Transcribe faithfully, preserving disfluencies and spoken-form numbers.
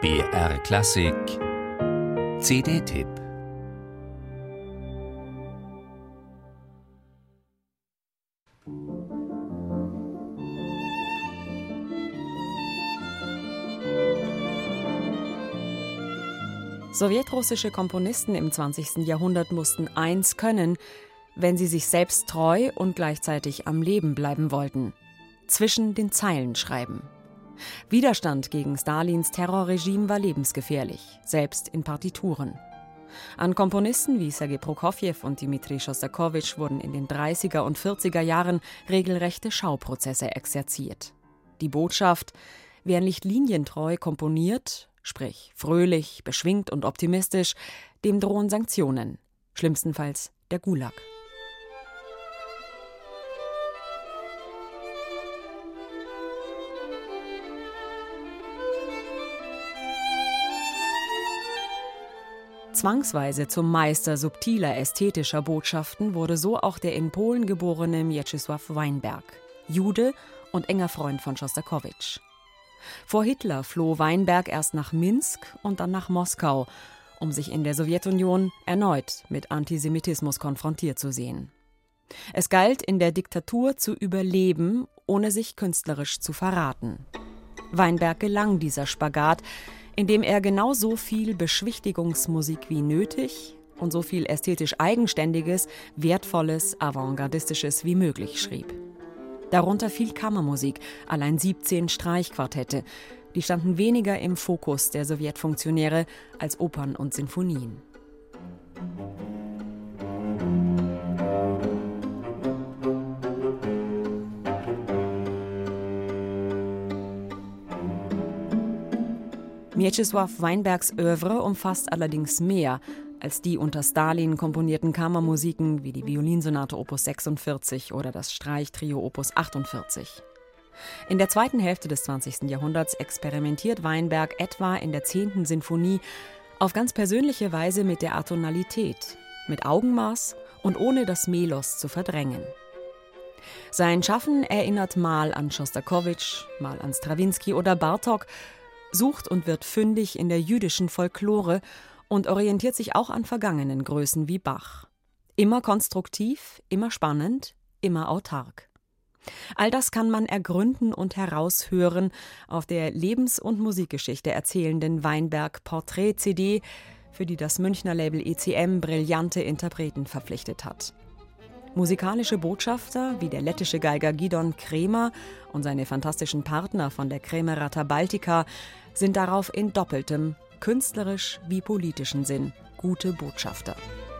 B R Klassik C D-Tipp. Sowjetrussische Komponisten im zwanzigsten Jahrhundert mussten eins können, wenn sie sich selbst treu und gleichzeitig am Leben bleiben wollten: zwischen den Zeilen schreiben. Widerstand gegen Stalins Terrorregime war lebensgefährlich, selbst in Partituren. An Komponisten wie Sergei Prokofjew und Dmitri Schostakowitsch wurden in den dreißiger und vierziger Jahren regelrechte Schauprozesse exerziert. Die Botschaft: wer nicht linientreu komponiert, sprich fröhlich, beschwingt und optimistisch, dem drohen Sanktionen, schlimmstenfalls der Gulag. Zwangsweise zum Meister subtiler ästhetischer Botschaften wurde so auch der in Polen geborene Mieczysław Weinberg, Jude und enger Freund von Schostakowitsch. Vor Hitler floh Weinberg erst nach Minsk und dann nach Moskau, um sich in der Sowjetunion erneut mit Antisemitismus konfrontiert zu sehen. Es galt, in der Diktatur zu überleben, ohne sich künstlerisch zu verraten. Weinberg gelang dieser Spagat, indem er genauso viel Beschwichtigungsmusik wie nötig und so viel ästhetisch Eigenständiges, Wertvolles, Avantgardistisches wie möglich schrieb. Darunter viel Kammermusik, allein siebzehn Streichquartette. Die standen weniger im Fokus der Sowjetfunktionäre als Opern und Sinfonien. Mieczysław Weinbergs Œuvre umfasst allerdings mehr als die unter Stalin komponierten Kammermusiken wie die Violinsonate Opus sechsundvierzig oder das Streichtrio Opus achtundvierzig. In der zweiten Hälfte des zwanzigsten Jahrhunderts experimentiert Weinberg etwa in der zehnten Sinfonie auf ganz persönliche Weise mit der Atonalität, mit Augenmaß und ohne das Melos zu verdrängen. Sein Schaffen erinnert mal an Schostakowitsch, mal an Strawinski oder Bartók, sucht und wird fündig in der jüdischen Folklore und orientiert sich auch an vergangenen Größen wie Bach. Immer konstruktiv, immer spannend, immer autark. All das kann man ergründen und heraushören auf der Lebens- und Musikgeschichte erzählenden Weinberg-Porträt-C D, für die das Münchner Label E C M brillante Interpreten verpflichtet hat. Musikalische Botschafter wie der lettische Geiger Gidon Kremer und seine fantastischen Partner von der Kremerata Baltica sind darauf in doppeltem, künstlerisch wie politischen Sinn gute Botschafter.